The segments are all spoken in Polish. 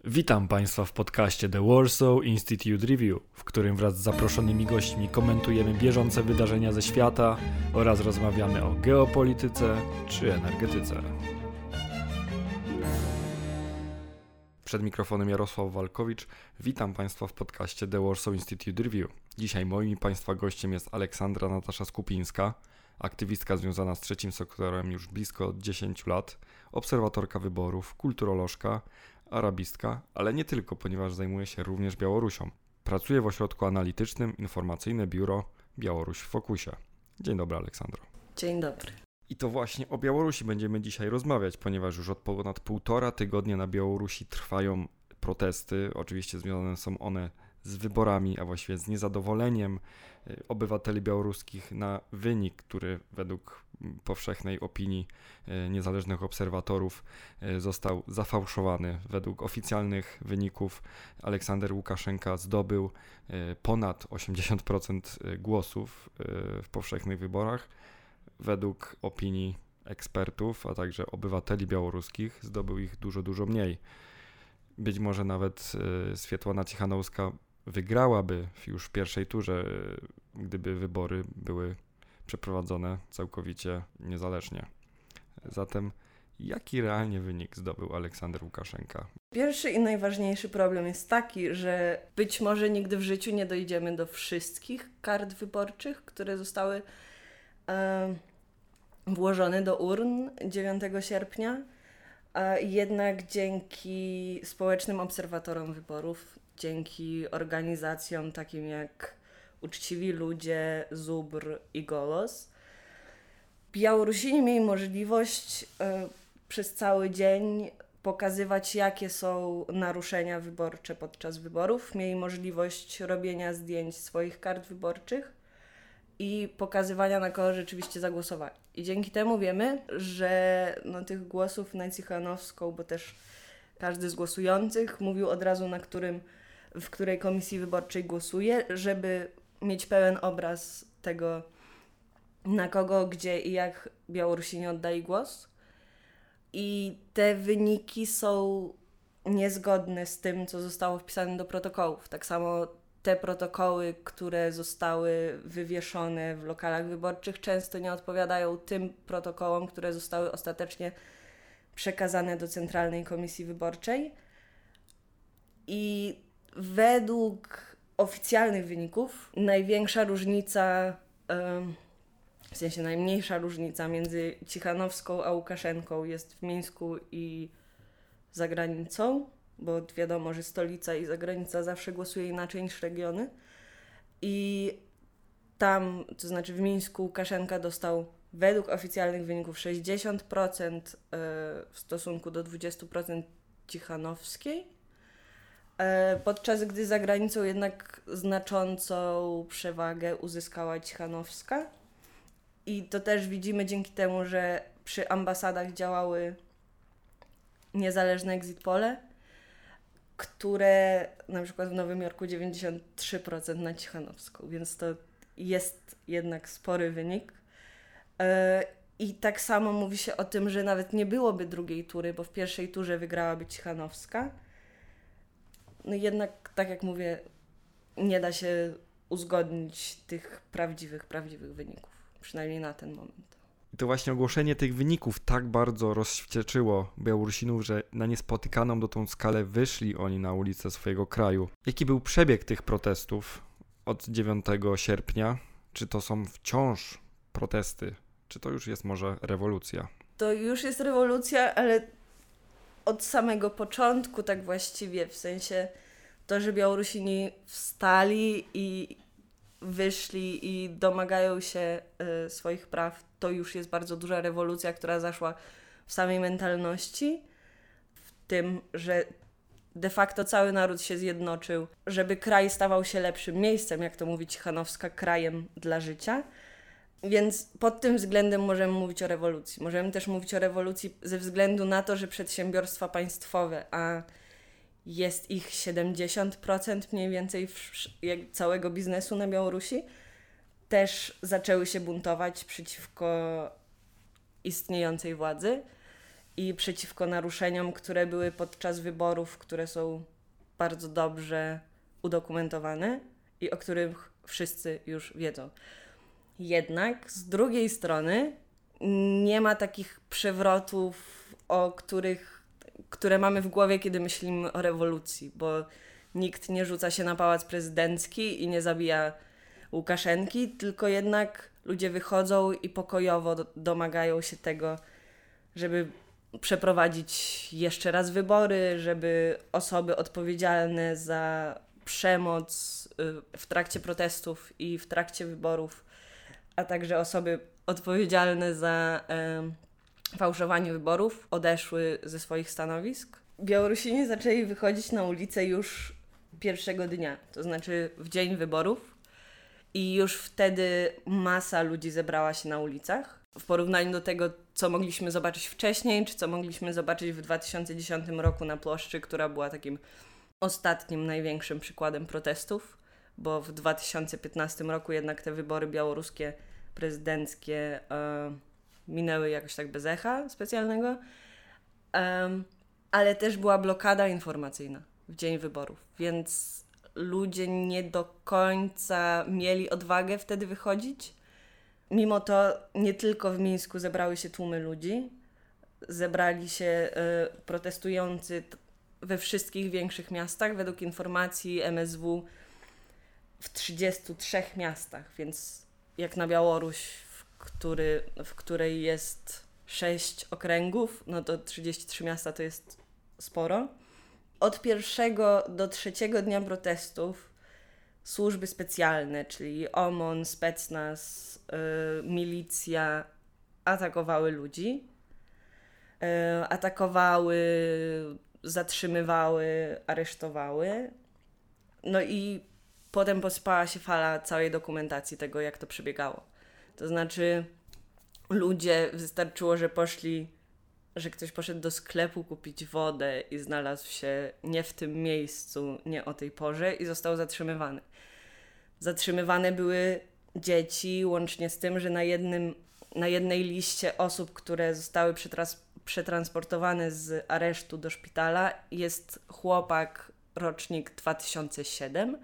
Witam Państwa w podcaście The Warsaw Institute Review, w którym wraz z zaproszonymi gośćmi komentujemy bieżące wydarzenia ze świata oraz rozmawiamy o geopolityce czy energetyce. Przed mikrofonem Jarosław Walkowicz. Witam Państwa w podcaście The Warsaw Institute Review. Dzisiaj moim i Państwa gościem jest Aleksandra Natasza Skupińska, aktywistka związana z trzecim sektorem już blisko od 10 lat, obserwatorka wyborów, kulturolożka, arabistka, ale nie tylko, ponieważ zajmuje się również Białorusią. Pracuje w ośrodku analitycznym Informacyjne Biuro Białoruś w Fokusie. Dzień dobry, Aleksandro. Dzień dobry. I to właśnie o Białorusi będziemy dzisiaj rozmawiać, ponieważ już od ponad 1,5 tygodnia na Białorusi trwają protesty. Oczywiście związane są one z wyborami, a właściwie z niezadowoleniem obywateli białoruskich na wynik, który według powszechnej opinii niezależnych obserwatorów został zafałszowany. Według oficjalnych wyników Aleksander Łukaszenka zdobył ponad 80% głosów w powszechnych wyborach. Według opinii ekspertów, a także obywateli białoruskich zdobył ich dużo mniej. Być może nawet Swiatłana Cichanouska wygrałaby już w pierwszej turze, gdyby wybory były przeprowadzone całkowicie niezależnie. Zatem jaki realnie wynik zdobył Aleksander Łukaszenka? Pierwszy i najważniejszy problem jest taki, że być może nigdy w życiu nie dojdziemy do wszystkich kart wyborczych, które zostały włożone do urn 9 sierpnia. Jednak dzięki społecznym obserwatorom wyborów, dzięki organizacjom takim jak Uczciwi Ludzie, Zubr i Golos, Białorusini mieli możliwość przez cały dzień pokazywać, jakie są naruszenia wyborcze podczas wyborów. Mieli możliwość robienia zdjęć swoich kart wyborczych i pokazywania, na kogo rzeczywiście zagłosowali. I dzięki temu wiemy, że tych głosów na Cichanowską, bo też każdy z głosujących mówił od razu, w której komisji wyborczej głosuje, żeby mieć pełen obraz tego, na kogo, gdzie i jak Białorusini oddali głos. I te wyniki są niezgodne z tym, co zostało wpisane do protokołów. Tak samo te protokoły, które zostały wywieszone w lokalach wyborczych, często nie odpowiadają tym protokołom, które zostały ostatecznie przekazane do Centralnej Komisji Wyborczej. I według oficjalnych wyników najmniejsza różnica między Cichanowską a Łukaszenką jest w Mińsku i za granicą, bo wiadomo, że stolica i zagranica zawsze głosuje inaczej niż regiony. I tam, to znaczy w Mińsku, Łukaszenka dostał według oficjalnych wyników 60% w stosunku do 20% Cichanowskiej, podczas gdy za granicą jednak znaczącą przewagę uzyskała Cichanowska. I to też widzimy dzięki temu, że przy ambasadach działały niezależne exit pole, które na przykład w Nowym Jorku 93% na Cichanowską, więc to jest jednak spory wynik. I tak samo mówi się o tym, że nawet nie byłoby drugiej tury, bo w pierwszej turze wygrałaby Cichanowska. No jednak, tak jak mówię, nie da się uzgodnić tych prawdziwych wyników, przynajmniej na ten moment. I to właśnie ogłoszenie tych wyników tak bardzo rozwścieczyło Białorusinów, że na niespotykaną dotąd skalę wyszli oni na ulicę swojego kraju. Jaki był przebieg tych protestów od 9 sierpnia? Czy to są wciąż protesty? Czy to już jest może rewolucja? To już jest rewolucja, ale od samego początku tak właściwie, w sensie to, że Białorusini wstali i wyszli i domagają się swoich praw, to już jest bardzo duża rewolucja, która zaszła w samej mentalności, w tym, że de facto cały naród się zjednoczył, żeby kraj stawał się lepszym miejscem, jak to mówi Cichanowska, krajem dla życia. Więc pod tym względem możemy mówić o rewolucji. Możemy też mówić o rewolucji ze względu na to, że przedsiębiorstwa państwowe, a jest ich 70% mniej więcej całego biznesu na Białorusi, też zaczęły się buntować przeciwko istniejącej władzy. i przeciwko naruszeniom, które były podczas wyborów, które są bardzo dobrze udokumentowane i o których wszyscy już wiedzą. Jednak z drugiej strony nie ma takich przewrotów, które mamy w głowie, kiedy myślimy o rewolucji, bo nikt nie rzuca się na pałac prezydencki i nie zabija Łukaszenki, tylko jednak ludzie wychodzą i pokojowo domagają się tego, żeby przeprowadzić jeszcze raz wybory, żeby osoby odpowiedzialne za przemoc w trakcie protestów i w trakcie wyborów, a także osoby odpowiedzialne za fałszowanie wyborów odeszły ze swoich stanowisk. Białorusini zaczęli wychodzić na ulicę już pierwszego dnia, to znaczy w dzień wyborów, i już wtedy masa ludzi zebrała się na ulicach. W porównaniu do tego, co mogliśmy zobaczyć wcześniej, czy co mogliśmy zobaczyć w 2010 roku na Ploszczy, która była takim ostatnim, największym przykładem protestów, bo w 2015 roku jednak te wybory białoruskie prezydenckie minęły jakoś tak bez echa specjalnego, ale też była blokada informacyjna w dzień wyborów, więc ludzie nie do końca mieli odwagę wtedy wychodzić. Mimo to nie tylko w Mińsku zebrały się tłumy ludzi, zebrali się protestujący we wszystkich większych miastach, według informacji MSW w 33 miastach, więc jak na Białoruś, w której jest 6 okręgów, no to 33 miasta to jest sporo. Od pierwszego do trzeciego dnia protestów służby specjalne, czyli OMON, Specnaz, milicja atakowały ludzi. Atakowały, zatrzymywały, aresztowały. No i potem posypała się fala całej dokumentacji tego, jak to przebiegało. To znaczy ludzie, wystarczyło, że ktoś poszedł do sklepu kupić wodę i znalazł się nie w tym miejscu, nie o tej porze i został zatrzymywany. Zatrzymywane były dzieci, łącznie z tym, że na jednej liście osób, które zostały przetransportowane z aresztu do szpitala, jest chłopak, rocznik 2007.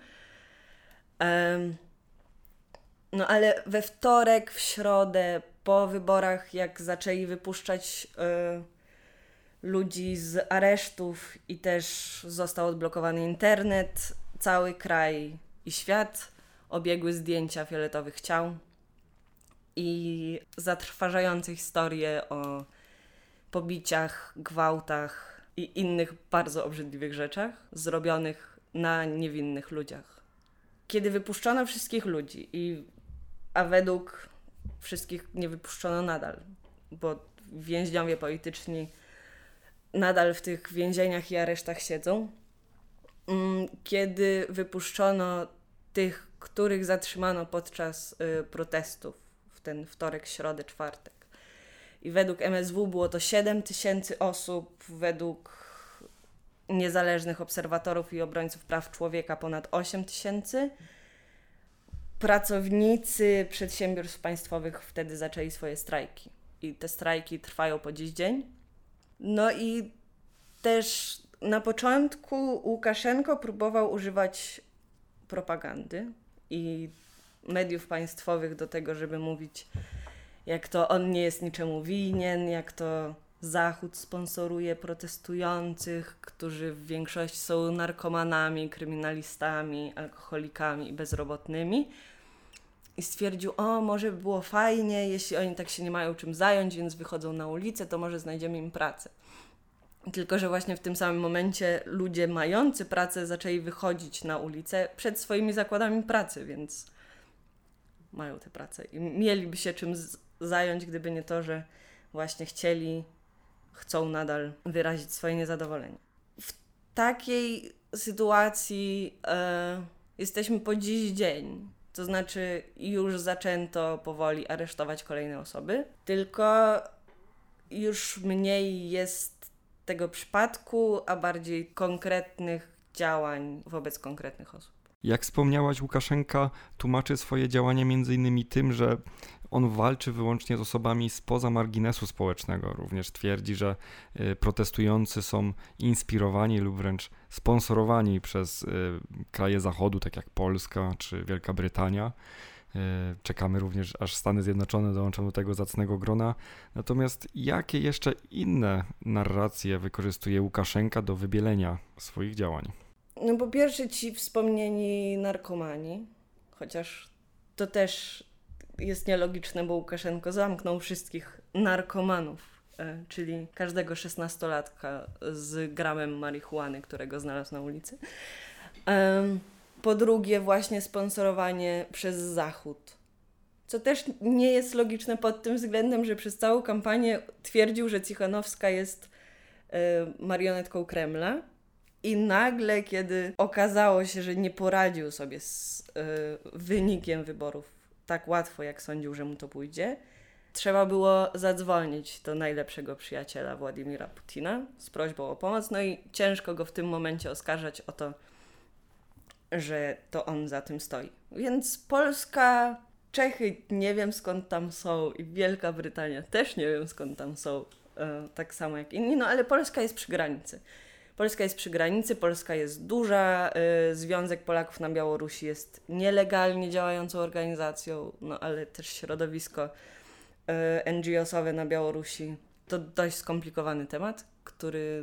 No ale we wtorek, w środę, po wyborach, jak zaczęli wypuszczać ludzi z aresztów i też został odblokowany internet, cały kraj i świat obiegły zdjęcia fioletowych ciał i zatrważające historie o pobiciach, gwałtach i innych bardzo obrzydliwych rzeczach zrobionych na niewinnych ludziach. Kiedy wypuszczono wszystkich ludzi, a według wszystkich nie wypuszczono nadal, bo więźniowie polityczni nadal w tych więzieniach i aresztach siedzą. Kiedy wypuszczono tych, których zatrzymano podczas protestów w ten wtorek, środę, czwartek. I według MSW było to 7 000 osób, według niezależnych obserwatorów i obrońców praw człowieka ponad 8 000. Pracownicy przedsiębiorstw państwowych wtedy zaczęli swoje strajki. I te strajki trwają po dziś dzień. No i też na początku Łukaszenko próbował używać propagandy i mediów państwowych do tego, żeby mówić, jak to on nie jest niczemu winien, jak to Zachód sponsoruje protestujących, którzy w większości są narkomanami, kryminalistami, alkoholikami i bezrobotnymi. I stwierdził, może by było fajnie, jeśli oni tak się nie mają czym zająć, więc wychodzą na ulicę, to może znajdziemy im pracę. Tylko że właśnie w tym samym momencie ludzie mający pracę zaczęli wychodzić na ulicę przed swoimi zakładami pracy, więc mają tę pracę i mieliby się czym zająć, gdyby nie to, że właśnie chcą nadal wyrazić swoje niezadowolenie. W takiej sytuacji jesteśmy po dziś dzień. To znaczy już zaczęto powoli aresztować kolejne osoby, tylko już mniej jest tego przypadku, a bardziej konkretnych działań wobec konkretnych osób. Jak wspomniałaś, Łukaszenka tłumaczy swoje działania m.in. tym, że on walczy wyłącznie z osobami spoza marginesu społecznego. Również twierdzi, że protestujący są inspirowani lub wręcz sponsorowani przez kraje Zachodu, tak jak Polska czy Wielka Brytania. Czekamy również, aż Stany Zjednoczone dołączą do tego zacnego grona. Natomiast jakie jeszcze inne narracje wykorzystuje Łukaszenka do wybielenia swoich działań? No po pierwsze ci wspomnieni narkomani, chociaż to też jest nielogiczne, bo Łukaszenko zamknął wszystkich narkomanów, czyli każdego 16-latka z gramem marihuany, którego znalazł na ulicy. Po drugie właśnie sponsorowanie przez Zachód, co też nie jest logiczne pod tym względem, że przez całą kampanię twierdził, że Cichanowska jest marionetką Kremla. I nagle, kiedy okazało się, że nie poradził sobie z wynikiem wyborów tak łatwo, jak sądził, że mu to pójdzie, trzeba było zadzwonić do najlepszego przyjaciela Władimira Putina z prośbą o pomoc. No i ciężko go w tym momencie oskarżać o to, że to on za tym stoi. Więc Polska, Czechy nie wiem skąd tam są i Wielka Brytania też nie wiem skąd tam są, tak samo jak inni, no ale Polska jest przy granicy. Polska jest przy granicy, Polska jest duża, Związek Polaków na Białorusi jest nielegalnie działającą organizacją, no ale też środowisko NGO-sowe na Białorusi to dość skomplikowany temat, który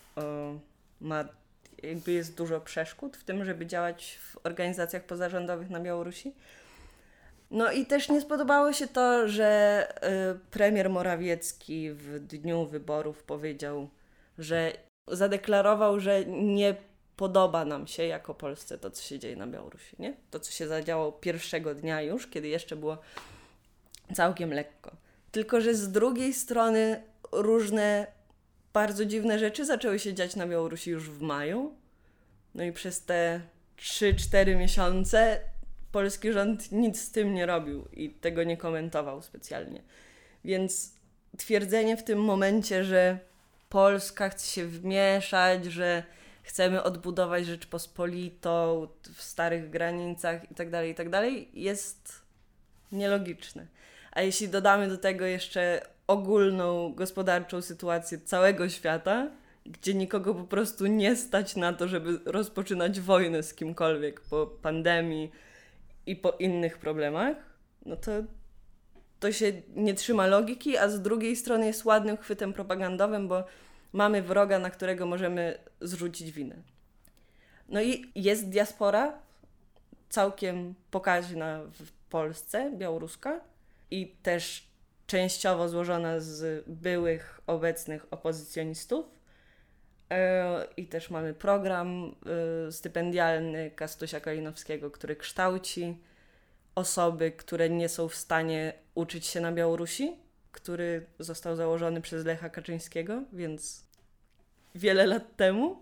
jest dużo przeszkód w tym, żeby działać w organizacjach pozarządowych na Białorusi. No i też nie spodobało się to, że premier Morawiecki w dniu wyborów powiedział, że zadeklarował, że nie podoba nam się jako Polsce to, co się dzieje na Białorusi, nie? To, co się zadziało pierwszego dnia już, kiedy jeszcze było całkiem lekko. Tylko że z drugiej strony różne bardzo dziwne rzeczy zaczęły się dziać na Białorusi już w maju. No i przez te 3-4 miesiące polski rząd nic z tym nie robił i tego nie komentował specjalnie. Więc twierdzenie w tym momencie, że Polska chce się wmieszać, że chcemy odbudować Rzeczpospolitą w starych granicach itd., jest nielogiczne. A jeśli dodamy do tego jeszcze ogólną gospodarczą sytuację całego świata, gdzie nikogo po prostu nie stać na to, żeby rozpoczynać wojnę z kimkolwiek po pandemii i po innych problemach, no to się nie trzyma logiki, a z drugiej strony jest ładnym chwytem propagandowym, bo mamy wroga, na którego możemy zrzucić winę. No i jest diaspora całkiem pokaźna w Polsce, białoruska, i też częściowo złożona z byłych, obecnych opozycjonistów. I też mamy program stypendialny Kastusia Kalinowskiego, który kształci osoby, które nie są w stanie uczyć się na Białorusi, który został założony przez Lecha Kaczyńskiego, więc wiele lat temu.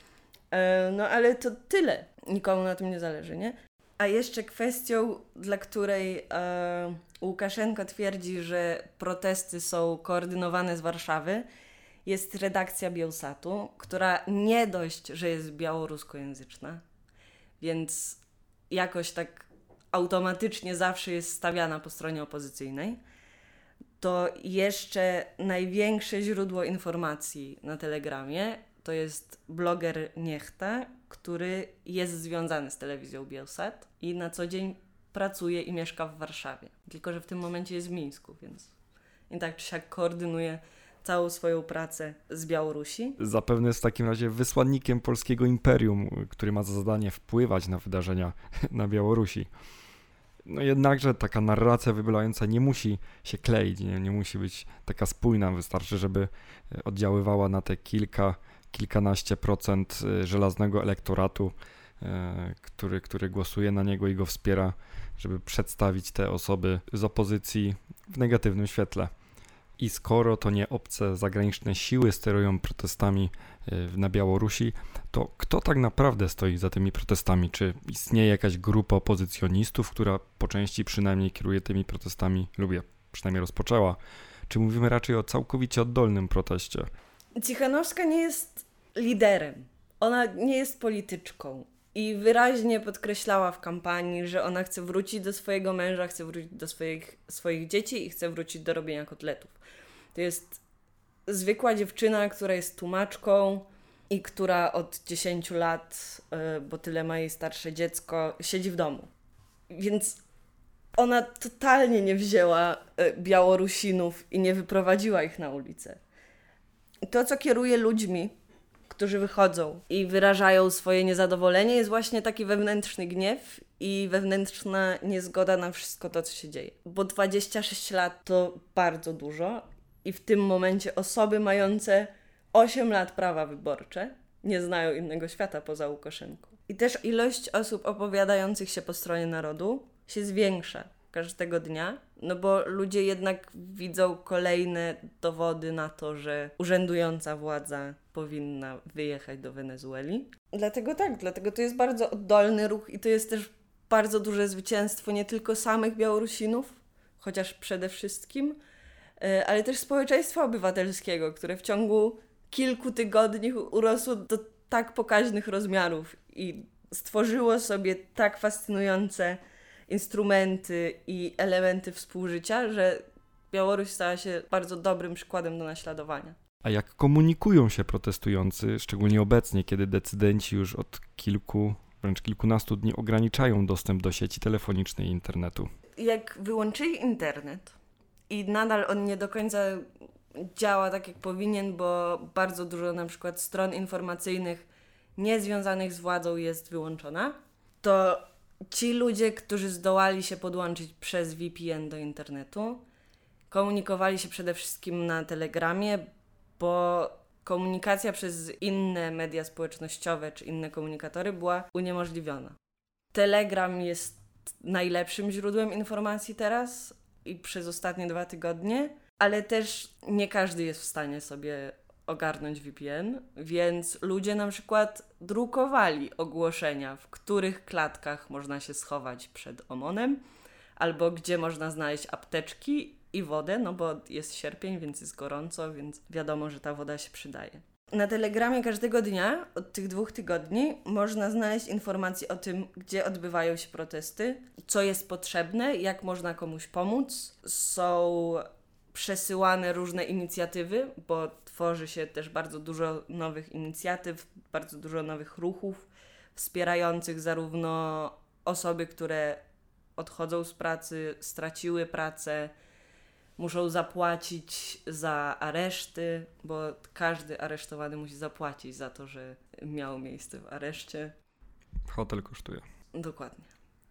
No ale to tyle. Nikomu na tym nie zależy, nie? A jeszcze kwestią, dla której Łukaszenko twierdzi, że protesty są koordynowane z Warszawy, jest redakcja Bielsatu, która nie dość, że jest białoruskojęzyczna, więc jakoś tak automatycznie zawsze jest stawiana po stronie opozycyjnej, to jeszcze największe źródło informacji na Telegramie to jest bloger Niechta, który jest związany z telewizją Bielsat i na co dzień pracuje i mieszka w Warszawie. Tylko że w tym momencie jest w Mińsku, więc i tak czy siak koordynuje całą swoją pracę z Białorusi. Zapewne jest w takim razie wysłannikiem polskiego imperium, który ma za zadanie wpływać na wydarzenia na Białorusi. No jednakże taka narracja wybielająca nie musi się kleić, nie musi być taka spójna. Wystarczy, żeby oddziaływała na te kilkanaście procent żelaznego elektoratu, który głosuje na niego i go wspiera, żeby przedstawić te osoby z opozycji w negatywnym świetle. I skoro to nie obce zagraniczne siły sterują protestami na Białorusi, to kto tak naprawdę stoi za tymi protestami? Czy istnieje jakaś grupa opozycjonistów, która po części przynajmniej kieruje tymi protestami lub przynajmniej rozpoczęła? Czy mówimy raczej o całkowicie oddolnym proteście? Cichanowska nie jest liderem. Ona nie jest polityczką. I wyraźnie podkreślała w kampanii, że ona chce wrócić do swojego męża, chce wrócić do swoich dzieci i chce wrócić do robienia kotletów. To jest zwykła dziewczyna, która jest tłumaczką i która od 10 lat, bo tyle ma jej starsze dziecko, siedzi w domu. Więc ona totalnie nie wzięła Białorusinów i nie wyprowadziła ich na ulicę. To, co kieruje ludźmi, którzy wychodzą i wyrażają swoje niezadowolenie, jest właśnie taki wewnętrzny gniew i wewnętrzna niezgoda na wszystko to, co się dzieje. Bo 26 lat to bardzo dużo i w tym momencie osoby mające 8 lat prawa wyborcze nie znają innego świata poza Łukaszenką. I też ilość osób opowiadających się po stronie narodu się zwiększa każdego dnia, no bo ludzie jednak widzą kolejne dowody na to, że urzędująca władza powinna wyjechać do Wenezueli. Dlatego to jest bardzo oddolny ruch i to jest też bardzo duże zwycięstwo nie tylko samych Białorusinów, chociaż przede wszystkim, ale też społeczeństwa obywatelskiego, które w ciągu kilku tygodni urosło do tak pokaźnych rozmiarów i stworzyło sobie tak fascynujące instrumenty i elementy współżycia, że Białoruś stała się bardzo dobrym przykładem do naśladowania. A jak komunikują się protestujący, szczególnie obecnie, kiedy decydenci już od kilku, wręcz kilkunastu dni ograniczają dostęp do sieci telefonicznej i internetu? Jak wyłączyli internet i nadal on nie do końca działa tak, jak powinien, bo bardzo dużo na przykład stron informacyjnych niezwiązanych z władzą jest wyłączona, to ci ludzie, którzy zdołali się podłączyć przez VPN do internetu, komunikowali się przede wszystkim na Telegramie, bo komunikacja przez inne media społecznościowe czy inne komunikatory była uniemożliwiona. Telegram jest najlepszym źródłem informacji teraz i przez ostatnie 2 tygodnie, ale też nie każdy jest w stanie sobie ogarnąć VPN, więc ludzie na przykład drukowali ogłoszenia, w których klatkach można się schować przed OMON-em, albo gdzie można znaleźć apteczki i wodę, no bo jest sierpień, więc jest gorąco, więc wiadomo, że ta woda się przydaje. Na Telegramie każdego dnia od tych 2 tygodni można znaleźć informacje o tym, gdzie odbywają się protesty, co jest potrzebne, jak można komuś pomóc. Są przesyłane różne inicjatywy, bo tworzy się też bardzo dużo nowych inicjatyw, bardzo dużo nowych ruchów wspierających zarówno osoby, które odchodzą z pracy, straciły pracę, muszą zapłacić za areszty, bo każdy aresztowany musi zapłacić za to, że miał miejsce w areszcie. Hotel kosztuje. Dokładnie.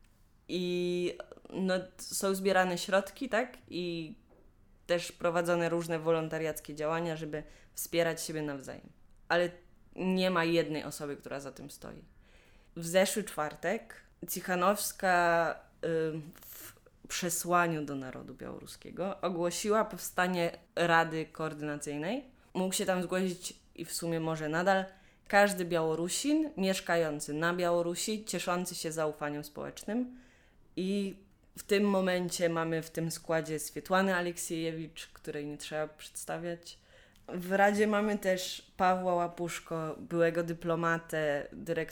I są zbierane środki, tak? I też prowadzone różne wolontariackie działania, żeby wspierać siebie nawzajem. Ale nie ma jednej osoby, która za tym stoi. W zeszły czwartek Cichanowska w przesłaniu do narodu białoruskiego ogłosiła powstanie Rady Koordynacyjnej. Mógł się tam zgłosić i w sumie może nadal każdy Białorusin mieszkający na Białorusi, cieszący się zaufaniem społecznym. I w tym momencie mamy w tym składzie Swietłanę Aleksiejewicz, której nie trzeba przedstawiać. W Radzie mamy też Pawła Łapuszko, byłego dyplomatę,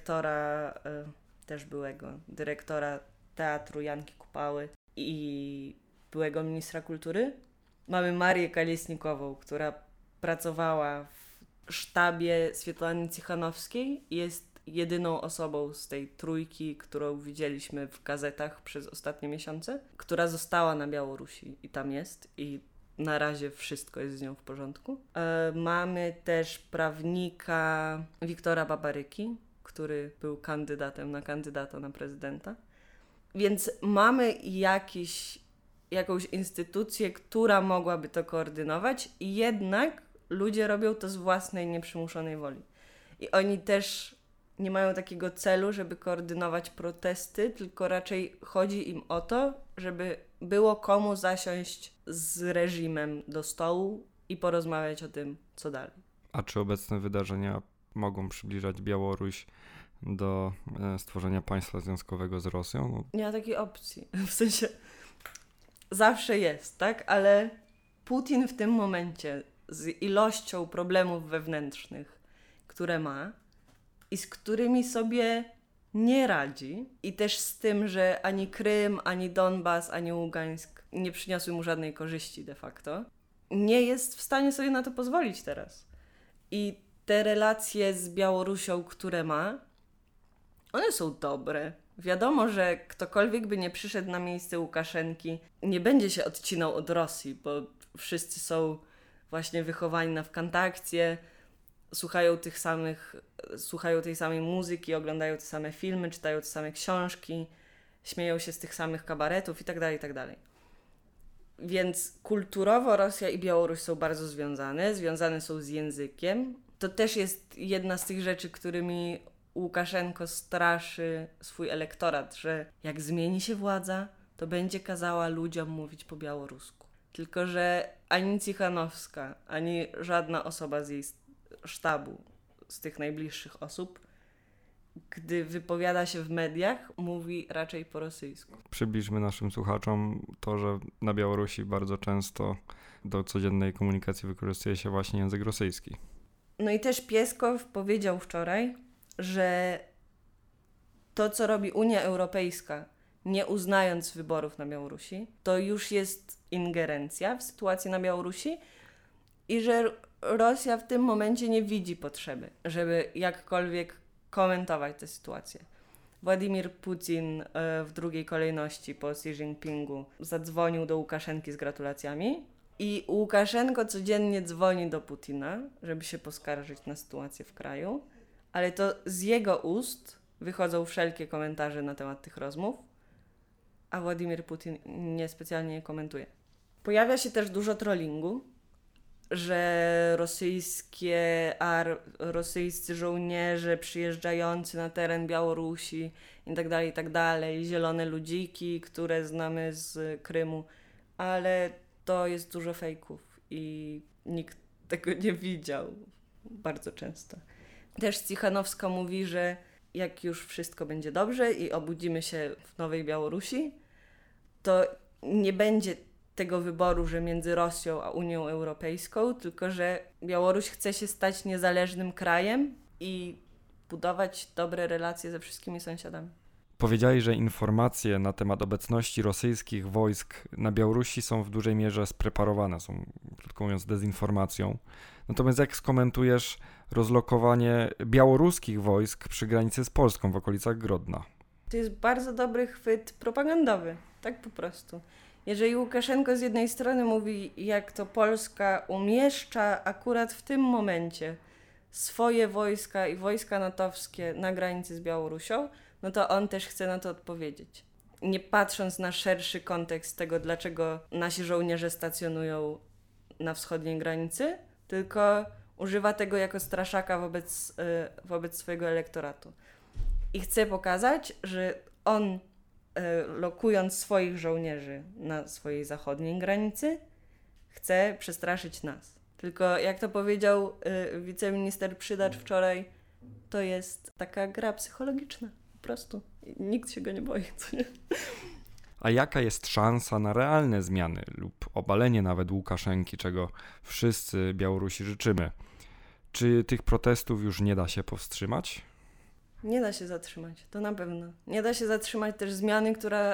dyrektora Teatru Janki Kupały i byłego ministra kultury. Mamy Marię Kaliesnikową, która pracowała w sztabie Swietłany Cichanowskiej i jest jedyną osobą z tej trójki, którą widzieliśmy w gazetach przez ostatnie miesiące, która została na Białorusi i tam jest i na razie wszystko jest z nią w porządku. Mamy też prawnika Wiktora Babaryki, który był kandydatem na kandydata na prezydenta. Więc mamy jakąś instytucję, która mogłaby to koordynować i jednak ludzie robią to z własnej, nieprzymuszonej woli. I oni też nie mają takiego celu, żeby koordynować protesty, tylko raczej chodzi im o to, żeby było komu zasiąść z reżimem do stołu i porozmawiać o tym, co dalej. A czy obecne wydarzenia mogą przybliżać Białoruś do stworzenia państwa związkowego z Rosją? No. Nie ma takiej opcji. W sensie zawsze jest, tak? Ale Putin w tym momencie z ilością problemów wewnętrznych, które ma i z którymi sobie nie radzi i też z tym, że ani Krym, ani Donbas, ani Ługańsk nie przyniosły mu żadnej korzyści de facto, nie jest w stanie sobie na to pozwolić teraz. I te relacje z Białorusią, które ma, one są dobre. Wiadomo, że ktokolwiek by nie przyszedł na miejsce Łukaszenki, nie będzie się odcinał od Rosji, bo wszyscy są właśnie wychowani na Wkontakcie, słuchają tej samej muzyki, oglądają te same filmy, czytają te same książki, śmieją się z tych samych kabaretów itd., itd. Więc kulturowo Rosja i Białoruś są bardzo związane są z językiem. To też jest jedna z tych rzeczy, którymi Łukaszenko straszy swój elektorat, że jak zmieni się władza, to będzie kazała ludziom mówić po białorusku. Tylko że ani Cichanowska, ani żadna osoba z jej sztabu, z tych najbliższych osób, gdy wypowiada się w mediach, mówi raczej po rosyjsku. Przybliżmy naszym słuchaczom to, że na Białorusi bardzo często do codziennej komunikacji wykorzystuje się właśnie język rosyjski. No i też Pieskow powiedział wczoraj, że to, co robi Unia Europejska, nie uznając wyborów na Białorusi, to już jest ingerencja w sytuację na Białorusi i że Rosja w tym momencie nie widzi potrzeby, żeby jakkolwiek komentować tę sytuację. Władimir Putin w drugiej kolejności po Xi Jinpingu zadzwonił do Łukaszenki z gratulacjami i Łukaszenko codziennie dzwoni do Putina, żeby się poskarżyć na sytuację w kraju, ale to z jego ust wychodzą wszelkie komentarze na temat tych rozmów, a Władimir Putin niespecjalnie je komentuje. Pojawia się też dużo trollingu, że rosyjscy żołnierze przyjeżdżający na teren Białorusi i tak dalej, zielone ludziki, które znamy z Krymu, ale to jest dużo fejków i nikt tego nie widział bardzo często. Też Cichanowska mówi, że jak już wszystko będzie dobrze i obudzimy się w Nowej Białorusi, to nie będzie tego wyboru, że między Rosją a Unią Europejską, tylko że Białoruś chce się stać niezależnym krajem i budować dobre relacje ze wszystkimi sąsiadami. Powiedziałeś, że informacje na temat obecności rosyjskich wojsk na Białorusi są w dużej mierze spreparowane, są, krótko mówiąc, dezinformacją. Natomiast jak skomentujesz rozlokowanie białoruskich wojsk przy granicy z Polską w okolicach Grodna? To jest bardzo dobry chwyt propagandowy, tak po prostu. Jeżeli Łukaszenko z jednej strony mówi, jak to Polska umieszcza akurat w tym momencie swoje wojska i wojska natowskie na granicy z Białorusią, no to on też chce na to odpowiedzieć. Nie patrząc na szerszy kontekst tego, dlaczego nasi żołnierze stacjonują na wschodniej granicy, tylko używa tego jako straszaka wobec swojego elektoratu. I chce pokazać, że on, lokując swoich żołnierzy na swojej zachodniej granicy, chce przestraszyć nas. Tylko jak to powiedział wiceminister Przydacz wczoraj, to jest taka gra psychologiczna. Po prostu. I nikt się go nie boi. Co nie? A jaka jest szansa na realne zmiany lub obalenie nawet Łukaszenki, czego wszyscy Białorusi życzymy? Czy tych protestów już nie da się powstrzymać? Nie da się zatrzymać, to na pewno. Nie da się zatrzymać też zmiany,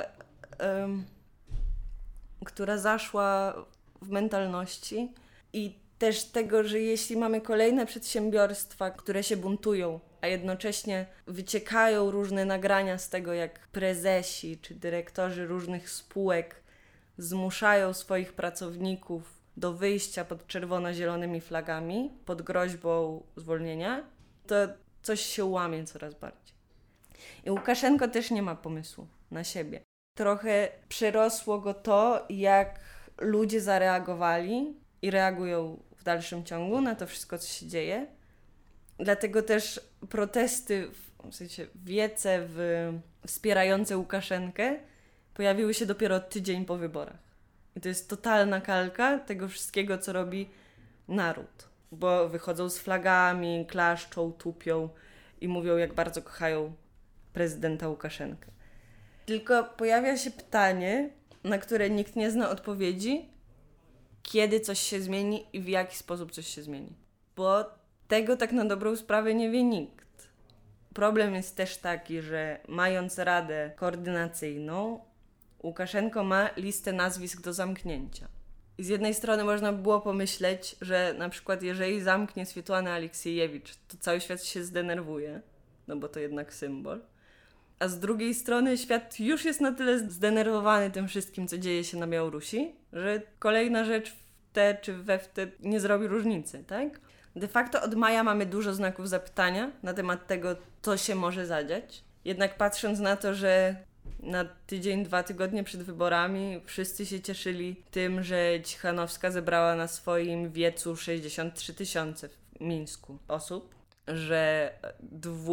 która zaszła w mentalności i też tego, że jeśli mamy kolejne przedsiębiorstwa, które się buntują, a jednocześnie wyciekają różne nagrania z tego, jak prezesi czy dyrektorzy różnych spółek zmuszają swoich pracowników do wyjścia pod czerwono-zielonymi flagami, pod groźbą zwolnienia, to coś się łamie coraz bardziej. I Łukaszenko też nie ma pomysłu na siebie. Trochę przerosło go to, jak ludzie zareagowali i reagują w dalszym ciągu na to wszystko, co się dzieje. Dlatego też protesty, w sensie wiece wspierające Łukaszenkę pojawiły się dopiero tydzień po wyborach. I to jest totalna kalka tego wszystkiego, co robi naród. Bo wychodzą z flagami, klaszczą, tupią i mówią, jak bardzo kochają prezydenta Łukaszenkę. Tylko pojawia się pytanie, na które nikt nie zna odpowiedzi, kiedy coś się zmieni i w jaki sposób coś się zmieni. Bo tego tak na dobrą sprawę nie wie nikt. Problem jest też taki, że mając Radę Koordynacyjną, Łukaszenko ma listę nazwisk do zamknięcia. I z jednej strony można by było pomyśleć, że na przykład jeżeli zamknie Swiatłanę Aleksiejewicz, to cały świat się zdenerwuje, no bo to jednak symbol. A z drugiej strony świat już jest na tyle zdenerwowany tym wszystkim, co dzieje się na Białorusi, że kolejna rzecz w te czy we w te nie zrobi różnicy, tak? De facto od maja mamy dużo znaków zapytania na temat tego, co się może zadziać. Jednak patrząc na to, że na tydzień, 2 tygodnie przed wyborami wszyscy się cieszyli tym, że Cichanowska zebrała na swoim wiecu 63 000 w Mińsku osób, że 2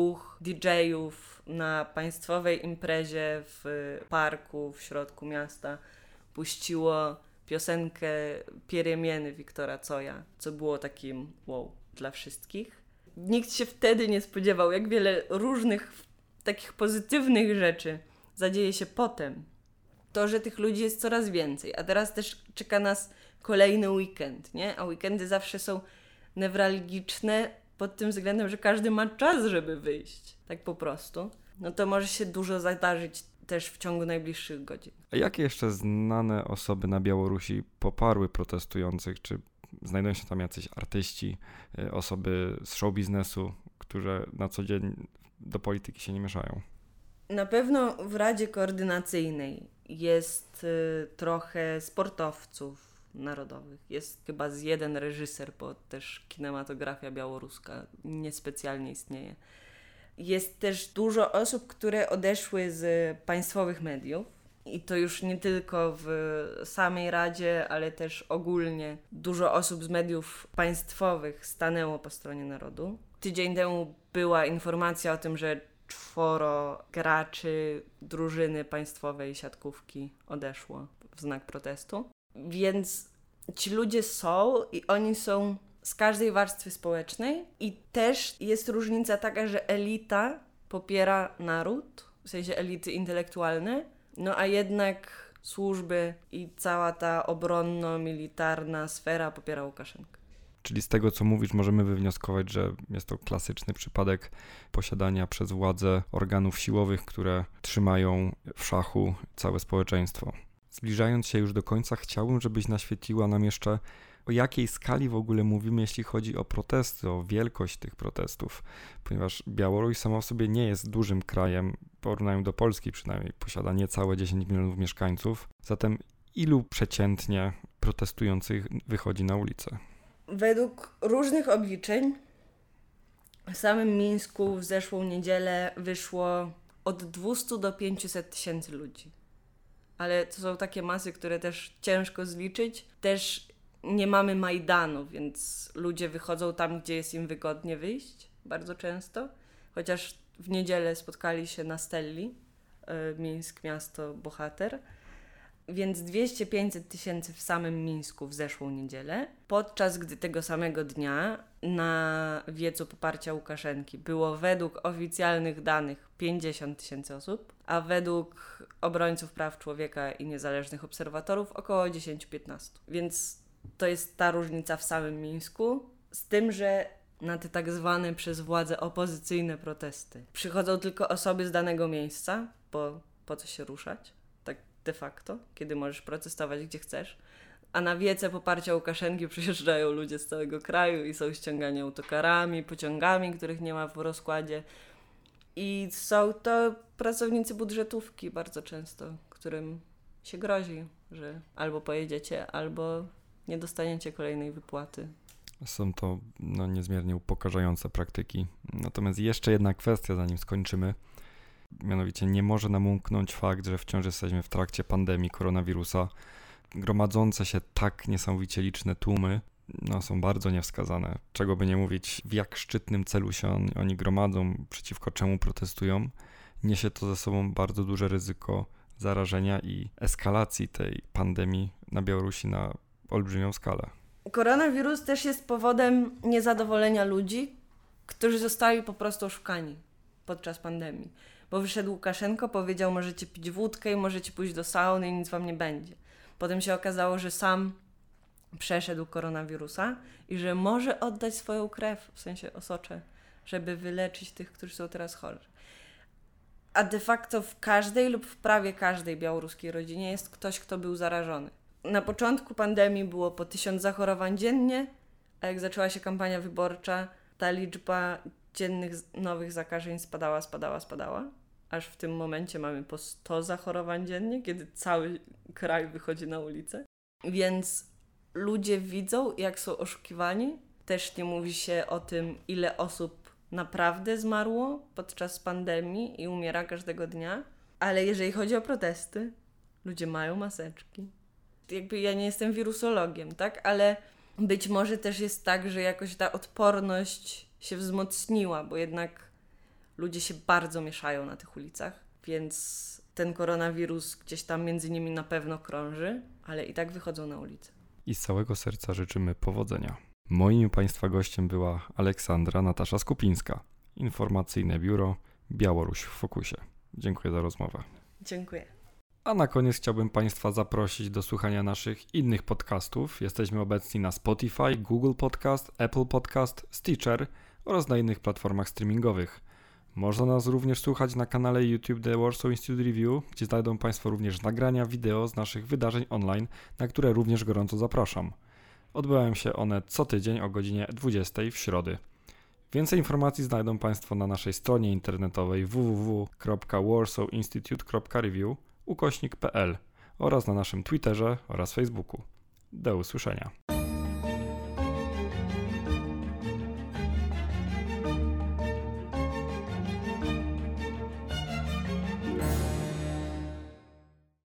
DJ-ów na państwowej imprezie w parku w środku miasta puściło piosenkę Pieremieny Wiktora Coja, co było takim wow dla wszystkich. Nikt się wtedy nie spodziewał, jak wiele różnych takich pozytywnych rzeczy zadzieje się potem. To, że tych ludzi jest coraz więcej, a teraz też czeka nas kolejny weekend, nie? A weekendy zawsze są newralgiczne pod tym względem, że każdy ma czas, żeby wyjść, tak po prostu. No to może się dużo zdarzyć też w ciągu najbliższych godzin. A jakie jeszcze znane osoby na Białorusi poparły protestujących? Czy znajdują się tam jacyś artyści, osoby z show biznesu, które na co dzień do polityki się nie mieszają? Na pewno w Radzie Koordynacyjnej jest trochę sportowców narodowych. Jest chyba z jeden reżyser, bo też kinematografia białoruska niespecjalnie istnieje. Jest też dużo osób, które odeszły z państwowych mediów. I to już nie tylko w samej Radzie, ale też ogólnie dużo osób z mediów państwowych stanęło po stronie narodu. Tydzień temu była informacja o tym, że 4 graczy drużyny państwowej siatkówki odeszło w znak protestu. Więc ci ludzie są i oni są z każdej warstwy społecznej i też jest różnica taka, że elita popiera naród, w sensie elity intelektualne, no a jednak służby i cała ta obronno-militarna sfera popiera Łukaszenkę. Czyli z tego, co mówisz, możemy wywnioskować, że jest to klasyczny przypadek posiadania przez władze organów siłowych, które trzymają w szachu całe społeczeństwo. Zbliżając się już do końca, chciałbym, żebyś naświetliła nam jeszcze, o jakiej skali w ogóle mówimy, jeśli chodzi o protesty, o wielkość tych protestów, ponieważ Białoruś sama w sobie nie jest dużym krajem, w porównaniu do Polski przynajmniej, posiada niecałe 10 milionów mieszkańców, zatem ilu przeciętnie protestujących wychodzi na ulicę? Według różnych obliczeń w samym Mińsku w zeszłą niedzielę wyszło od 200 do 500 tysięcy ludzi. Ale to są takie masy, które też ciężko zliczyć. Też nie mamy Majdanu, więc ludzie wychodzą tam, gdzie jest im wygodnie wyjść, bardzo często. Chociaż w niedzielę spotkali się na Stelli, Mińsk, miasto bohater. Więc 200-500 tysięcy w samym Mińsku w zeszłą niedzielę, podczas gdy tego samego dnia na wiecu poparcia Łukaszenki było według oficjalnych danych 50 tysięcy osób, a według obrońców praw człowieka i niezależnych obserwatorów około 10-15. Więc to jest ta różnica w samym Mińsku, z tym, że na te tak zwane przez władze opozycyjne protesty przychodzą tylko osoby z danego miejsca, bo po co się ruszać? De facto, kiedy możesz protestować gdzie chcesz, a na wiece poparcia Łukaszenki przyjeżdżają ludzie z całego kraju i są ściągani autokarami, pociągami, których nie ma w rozkładzie i są to pracownicy budżetówki bardzo często, którym się grozi, że albo pojedziecie, albo nie dostaniecie kolejnej wypłaty. Są to niezmiernie upokarzające praktyki. Natomiast jeszcze jedna kwestia, zanim skończymy. Mianowicie nie może nam umknąć fakt, że wciąż jesteśmy w trakcie pandemii koronawirusa. Gromadzące się tak niesamowicie liczne tłumy są bardzo niewskazane. Czego by nie mówić, w jak szczytnym celu się oni gromadzą, przeciwko czemu protestują. Niesie to ze sobą bardzo duże ryzyko zarażenia i eskalacji tej pandemii na Białorusi na olbrzymią skalę. Koronawirus też jest powodem niezadowolenia ludzi, którzy zostali po prostu oszukani podczas pandemii. Bo wyszedł Łukaszenko, powiedział, możecie pić wódkę i możecie pójść do sauny i nic wam nie będzie. Potem się okazało, że sam przeszedł koronawirusa i że może oddać swoją krew, w sensie osocze, żeby wyleczyć tych, którzy są teraz chorzy. A de facto w każdej lub w prawie każdej białoruskiej rodzinie jest ktoś, kto był zarażony. Na początku pandemii było po 1000 zachorowań dziennie, a jak zaczęła się kampania wyborcza, ta liczba dziennych nowych zakażeń spadała. Aż w tym momencie mamy po 100 zachorowań dziennie, kiedy cały kraj wychodzi na ulicę. Więc ludzie widzą, jak są oszukiwani. Też nie mówi się o tym, ile osób naprawdę zmarło podczas pandemii i umiera każdego dnia. Ale jeżeli chodzi o protesty, ludzie mają maseczki. Jakby ja nie jestem wirusologiem, tak? Ale być może też jest tak, że jakoś ta odporność się wzmocniła, bo jednak ludzie się bardzo mieszają na tych ulicach, więc ten koronawirus gdzieś tam między nimi na pewno krąży, ale i tak wychodzą na ulicę. I z całego serca życzymy powodzenia. Moim Państwa gościem była Aleksandra Natasza Skupińska, Informacyjne Biuro Białoruś w Fokusie. Dziękuję za rozmowę. Dziękuję. A na koniec chciałbym Państwa zaprosić do słuchania naszych innych podcastów. Jesteśmy obecni na Spotify, Google Podcast, Apple Podcast, Stitcher oraz na innych platformach streamingowych. Można nas również słuchać na kanale YouTube The Warsaw Institute Review, gdzie znajdą Państwo również nagrania wideo z naszych wydarzeń online, na które również gorąco zapraszam. Odbywają się one co tydzień o godzinie 20 w środę. Więcej informacji znajdą Państwo na naszej stronie internetowej www.warsawinstitute.review/pl oraz na naszym Twitterze oraz Facebooku. Do usłyszenia.